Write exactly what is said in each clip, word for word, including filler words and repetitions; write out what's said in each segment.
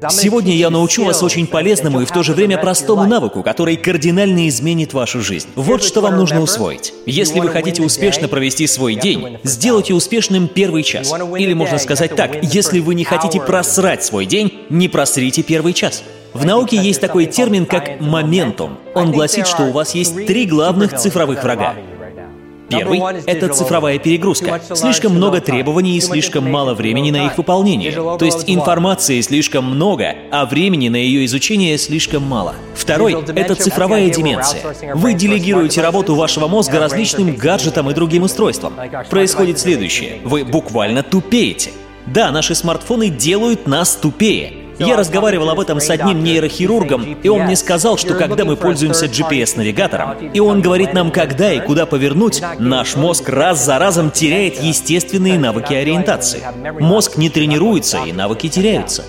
Сегодня я научу вас очень полезному и в то же время простому навыку, который кардинально изменит вашу жизнь. Вот что вам нужно усвоить. Если вы хотите успешно провести свой день, сделайте успешным первый час. Или можно сказать так, если вы не хотите просрать свой день, не просрите первый час. В науке есть такой термин, как моментум. Он гласит, что у вас есть три главных цифровых врага. Первый — это цифровая перегрузка. Слишком много требований и слишком мало времени на их выполнение. То есть информации слишком много, а времени на ее изучение слишком мало. Второй — это цифровая деменция. Вы делегируете работу вашего мозга различным гаджетам и другим устройствам. Происходит следующее. Вы буквально тупеете. Да, наши смартфоны делают нас тупее. Я разговаривал об этом с одним нейрохирургом, и он мне сказал, что когда мы пользуемся джи пи эс-навигатором, и он говорит нам, когда и куда повернуть, наш мозг раз за разом теряет естественные навыки ориентации. Мозг не тренируется, и навыки теряются.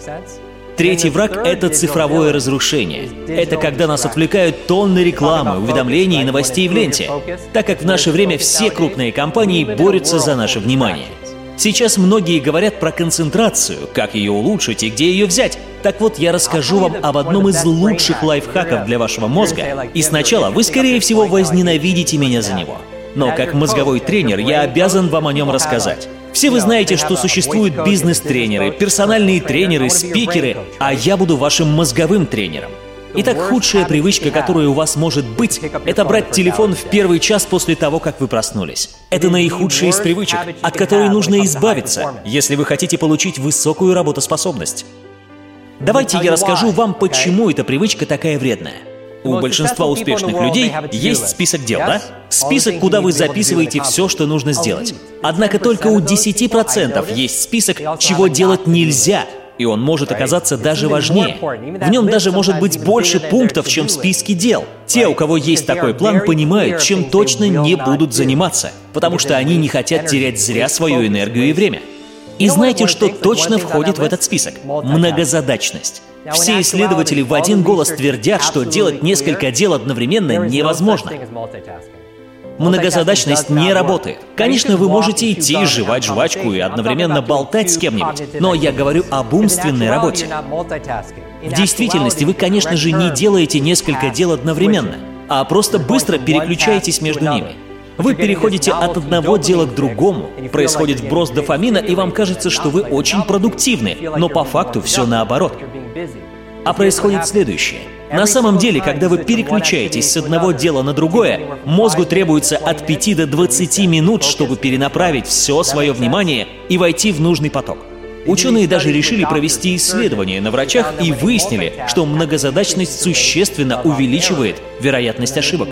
Третий враг — это цифровое разрушение. Это когда нас отвлекают тонны рекламы, уведомлений и новостей в ленте, так как в наше время все крупные компании борются за наше внимание. Сейчас многие говорят про концентрацию, как ее улучшить и где ее взять. Так вот, я расскажу вам об одном из лучших лайфхаков для вашего мозга, и сначала вы, скорее всего, возненавидите меня за него. Но как мозговой тренер я обязан вам о нем рассказать. Все вы знаете, что существуют бизнес-тренеры, персональные тренеры, спикеры, а я буду вашим мозговым тренером. Итак, худшая привычка, которая у вас может быть, это брать телефон в первый час после того, как вы проснулись. Это наихудшая из привычек, от которой нужно избавиться, если вы хотите получить высокую работоспособность. Давайте я расскажу вам, почему эта привычка такая вредная. У большинства успешных людей есть список дел, да? Список, куда вы записываете все, что нужно сделать. Однако только у десяти процентов есть список, чего делать нельзя. И он может оказаться даже важнее. В нем даже может быть больше пунктов, чем в списке дел. Те, у кого есть такой план, понимают, чем точно не будут заниматься, потому что они не хотят терять зря свою энергию и время. И знаете, что точно входит в этот список? Многозадачность. Все исследователи в один голос твердят, что делать несколько дел одновременно невозможно. Многозадачность не работает. Конечно, вы можете идти, жевать жвачку и одновременно болтать с кем-нибудь, но я говорю об умственной работе. В действительности вы, конечно же, не делаете несколько дел одновременно, а просто быстро переключаетесь между ними. Вы переходите от одного дела к другому, происходит вброс дофамина, и вам кажется, что вы очень продуктивны, но по факту все наоборот. А происходит следующее. На самом деле, когда вы переключаетесь с одного дела на другое, мозгу требуется от пяти до двадцати минут, чтобы перенаправить все свое внимание и войти в нужный поток. Ученые даже решили провести исследования на врачах и выяснили, что многозадачность существенно увеличивает вероятность ошибок.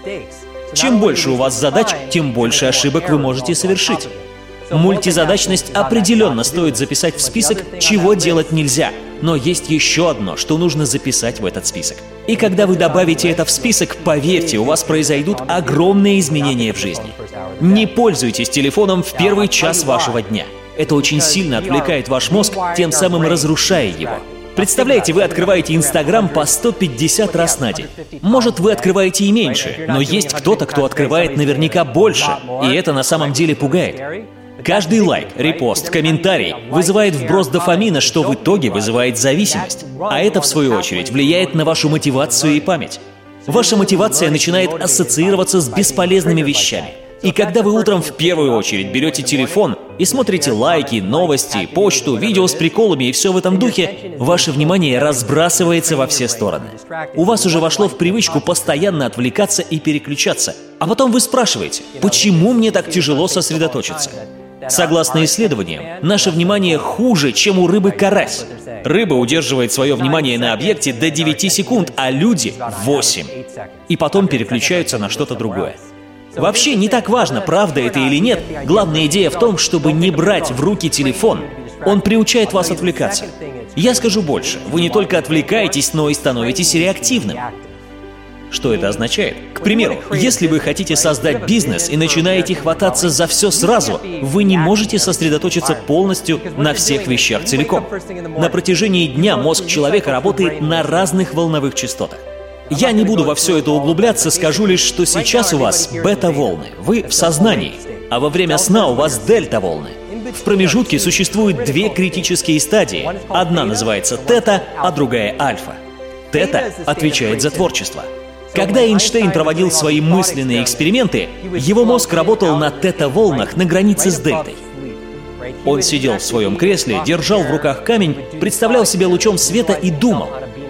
Чем больше у вас задач, тем больше ошибок вы можете совершить. Мультизадачность определенно стоит записать в список, чего делать нельзя. Но есть еще одно, что нужно записать в этот список. И когда вы добавите это в список, поверьте, у вас произойдут огромные изменения в жизни. Не пользуйтесь телефоном в первый час вашего дня. Это очень сильно отвлекает ваш мозг, тем самым разрушая его. Представляете, вы открываете Инстаграм по сто пятьдесят раз на день. Может, вы открываете и меньше, но есть кто-то, кто открывает наверняка больше, и это на самом деле пугает. Каждый лайк, репост, комментарий вызывает вброс дофамина, что в итоге вызывает зависимость. А это, в свою очередь, влияет на вашу мотивацию и память. Ваша мотивация начинает ассоциироваться с бесполезными вещами. И когда вы утром в первую очередь берете телефон и смотрите лайки, новости, почту, видео с приколами и все в этом духе, ваше внимание разбрасывается во все стороны. У вас уже вошло в привычку постоянно отвлекаться и переключаться. А потом вы спрашиваете, почему мне так тяжело сосредоточиться? Согласно исследованиям, наше внимание хуже, чем у рыбы карась. Рыба удерживает свое внимание на объекте до девяти секунд, а люди — восемь. И потом переключаются на что-то другое. Вообще не так важно, правда это или нет. Главная идея в том, чтобы не брать в руки телефон. Он приучает вас отвлекаться. Я скажу больше. Вы не только отвлекаетесь, но и становитесь реактивным. Что это означает? К примеру, если вы хотите создать бизнес и начинаете хвататься за все сразу, вы не можете сосредоточиться полностью на всех вещах целиком. На протяжении дня мозг человека работает на разных волновых частотах. Я не буду во все это углубляться, скажу лишь, что сейчас у вас бета-волны, вы в сознании, а во время сна у вас дельта-волны. В промежутке существуют две критические стадии. Одна называется тета, а другая альфа. Тета отвечает за творчество. Когда Эйнштейн проводил свои мысленные эксперименты, его мозг работал на тета-волнах на границе с дельтой. Он сидел в своем кресле, держал в руках камень, представлял себя лучом света и думал.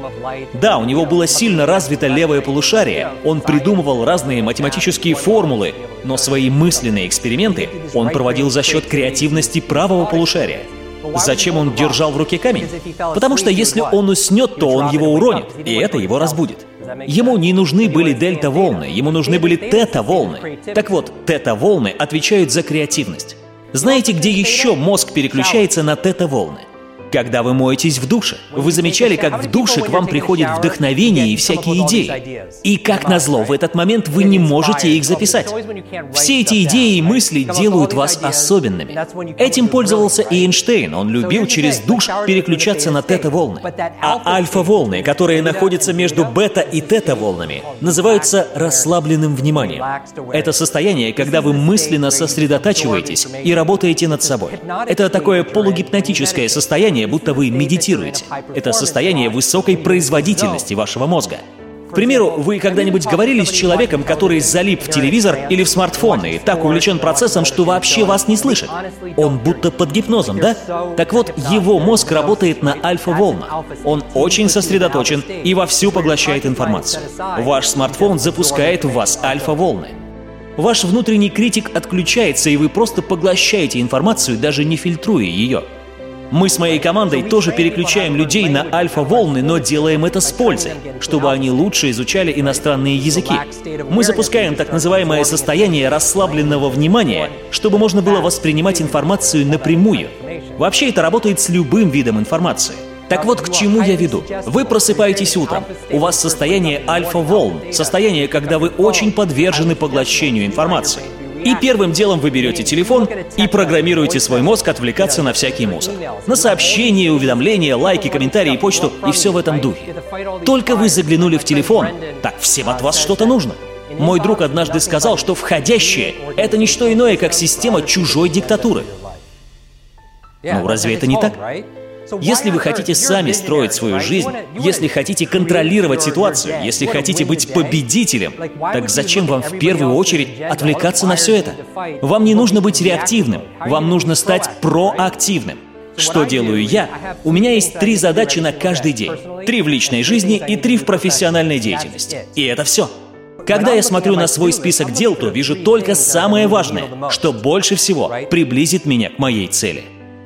Да, у него было сильно развито левое полушарие, он придумывал разные математические формулы, но свои мысленные эксперименты он проводил за счет креативности правого полушария. Зачем он держал в руке камень? Потому что если он уснет, то он его уронит, и это его разбудит. Ему не нужны были дельта-волны, ему нужны были тета-волны. Так вот, тета-волны отвечают за креативность. Знаете, где еще мозг переключается на тета-волны? Когда вы моетесь в душе. Вы замечали, как в душе к вам приходит вдохновение и всякие идеи. И как назло, в этот момент вы не можете их записать. Все эти идеи и мысли делают вас особенными. Этим пользовался и Эйнштейн. Он любил через душ переключаться на тета-волны. А альфа-волны, которые находятся между бета и тета-волнами, называются расслабленным вниманием. Это состояние, когда вы мысленно сосредотачиваетесь и работаете над собой. Это такое полугипнотическое состояние, будто вы медитируете. Это состояние высокой производительности вашего мозга. К примеру, вы когда-нибудь говорили с человеком, который залип в телевизор или в смартфон и так увлечен процессом, что вообще вас не слышит? Он будто под гипнозом, да? Так вот, его мозг работает на альфа-волнах. Он очень сосредоточен и вовсю поглощает информацию. Ваш смартфон запускает в вас альфа-волны. Ваш внутренний критик отключается, и вы просто поглощаете информацию, даже не фильтруя ее. Мы с моей командой тоже переключаем людей на альфа-волны, но делаем это с пользой, чтобы они лучше изучали иностранные языки. Мы запускаем так называемое состояние расслабленного внимания, чтобы можно было воспринимать информацию напрямую. Вообще это работает с любым видом информации. Так вот, к чему я веду. Вы просыпаетесь утром. У вас состояние альфа-волн, состояние, когда вы очень подвержены поглощению информации. И первым делом вы берете телефон и программируете свой мозг отвлекаться на всякий мусор. На сообщения, уведомления, лайки, комментарии, почту и все в этом духе. Только вы заглянули в телефон, так всем от вас что-то нужно. Мой друг однажды сказал, что входящее — это не что иное, как система чужой диктатуры. Ну, разве это не так? Если вы хотите сами строить свою жизнь, если хотите контролировать ситуацию, если хотите быть победителем, так зачем вам в первую очередь отвлекаться на все это? Вам не нужно быть реактивным, вам нужно стать проактивным. Что делаю я? У меня есть три задачи на каждый день. Три в личной жизни и три в профессиональной деятельности. И это все. Когда я смотрю на свой список дел, то вижу только самое важное, что больше всего приблизит меня к моей цели.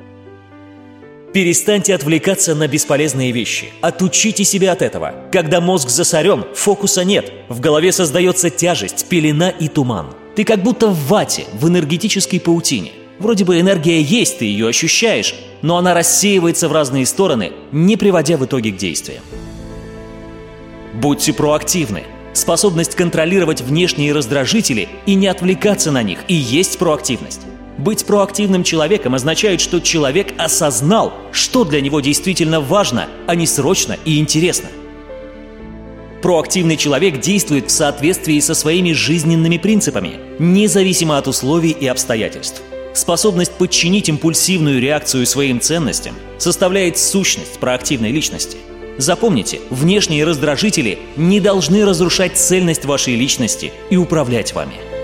Перестаньте отвлекаться на бесполезные вещи. Отучите себя от этого. Когда мозг засорен, фокуса нет. В голове создается тяжесть, пелена и туман. Ты как будто в вате, в энергетической паутине. Вроде бы энергия есть, ты ее ощущаешь, но она рассеивается в разные стороны, не приводя в итоге к действиям. Будьте проактивны. Способность контролировать внешние раздражители и не отвлекаться на них и есть проактивность. Быть проактивным человеком означает, что человек осознал, что для него действительно важно, а не срочно и интересно. Проактивный человек действует в соответствии со своими жизненными принципами, независимо от условий и обстоятельств. Способность подчинить импульсивную реакцию своим ценностям составляет сущность проактивной личности. Запомните, внешние раздражители не должны разрушать цельность вашей личности и управлять вами.